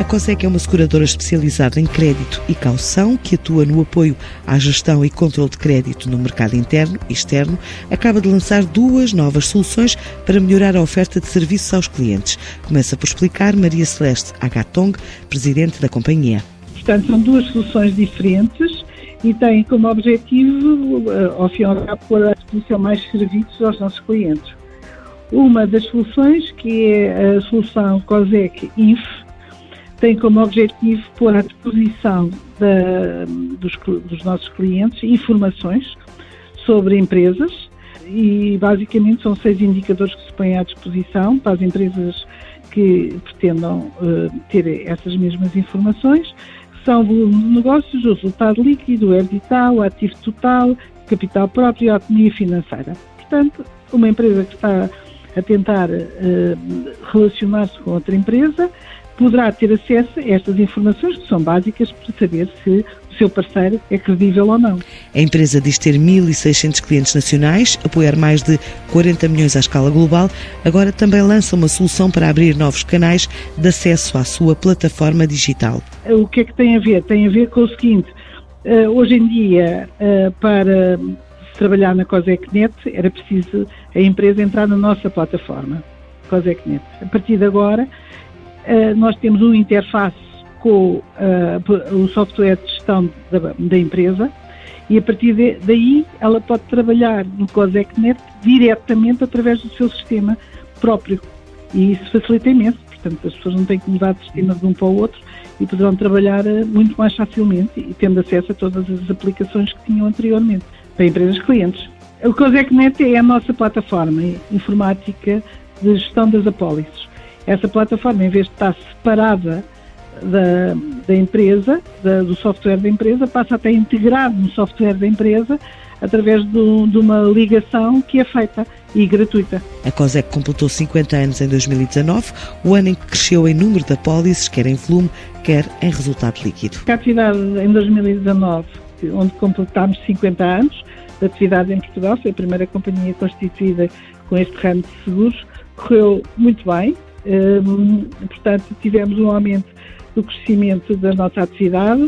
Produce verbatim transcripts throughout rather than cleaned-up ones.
A COSEC é uma seguradora especializada em crédito e caução que atua no apoio à gestão e controle de crédito no mercado interno e externo. Acaba de lançar duas novas soluções para melhorar a oferta de serviços aos clientes. Começa por explicar Maria Celeste Agatong, presidente da companhia. Portanto, são duas soluções diferentes e têm como objetivo, ao fim e ao cabo, pôr à disposição mais serviços aos nossos clientes. Uma das soluções, que é a solução COSEC Inf, tem como objetivo pôr à disposição da, dos, dos nossos clientes informações sobre empresas e basicamente são seis indicadores que se põem à disposição para as empresas que pretendam uh, ter essas mesmas informações. São o volume de negócios, o resultado líquido, o edital, o ativo total, capital próprio e a autonomia financeira. Portanto, uma empresa que está a tentar uh, relacionar-se com outra empresa poderá ter acesso a estas informações que são básicas para saber se o seu parceiro é credível ou não. A empresa diz ter mil e seiscentos clientes nacionais, apoiar mais de quarenta milhões à escala global. Agora também lança uma solução para abrir novos canais de acesso à sua plataforma digital. O que é que tem a ver? Tem a ver com o seguinte, uh, hoje em dia, uh, para trabalhar na COSECnet, era preciso a empresa entrar na nossa plataforma, COSECnet. A partir de agora, Uh, nós temos uma interface com uh, o software de gestão da, da empresa e a partir de, daí ela pode trabalhar no COSECnet diretamente através do seu sistema próprio e isso facilita imenso, portanto as pessoas não têm que mudar de sistema de um para o outro e poderão trabalhar uh, muito mais facilmente e tendo acesso a todas as aplicações que tinham anteriormente para empresas clientes. O COSECnet é a nossa plataforma informática de gestão das apólices. Essa plataforma, em vez de estar separada da, da empresa, da, do software da empresa, passa até integrado no software da empresa através de, de uma ligação que é feita e gratuita. A COSEC completou cinquenta anos em dois mil e dezanove, o ano em que cresceu em número de apólices, quer em volume, quer em resultado líquido. A atividade em dois mil e dezanove, onde completámos cinquenta anos de atividade em Portugal, foi a primeira companhia constituída com este ramo de seguros, correu muito bem. Um, portanto, tivemos um aumento do crescimento da nossa atividade,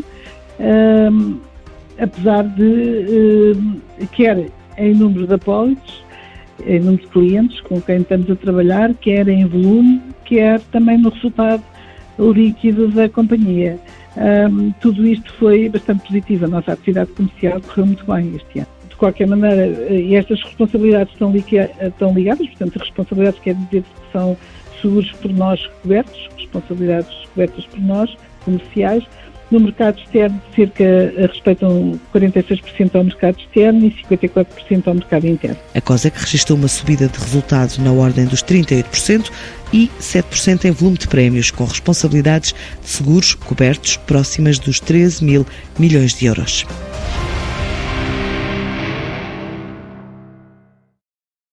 um, apesar de, um, quer em número de apólices, em número de clientes com quem estamos a trabalhar, quer em volume, quer também no resultado líquido da companhia. Um, tudo isto foi bastante positivo. A nossa atividade comercial correu muito bem este ano. De qualquer maneira, e estas responsabilidades estão, liga- estão ligadas, portanto, as responsabilidades quer dizer que são seguros por nós cobertos, responsabilidades cobertas por nós, comerciais. No mercado externo, cerca, respeitam quarenta e seis por cento ao mercado externo e cinquenta e quatro por cento ao mercado interno. A COSEC registrou uma subida de resultado na ordem dos trinta e oito por cento e sete por cento em volume de prémios, com responsabilidades de seguros cobertos próximas dos treze mil milhões de euros.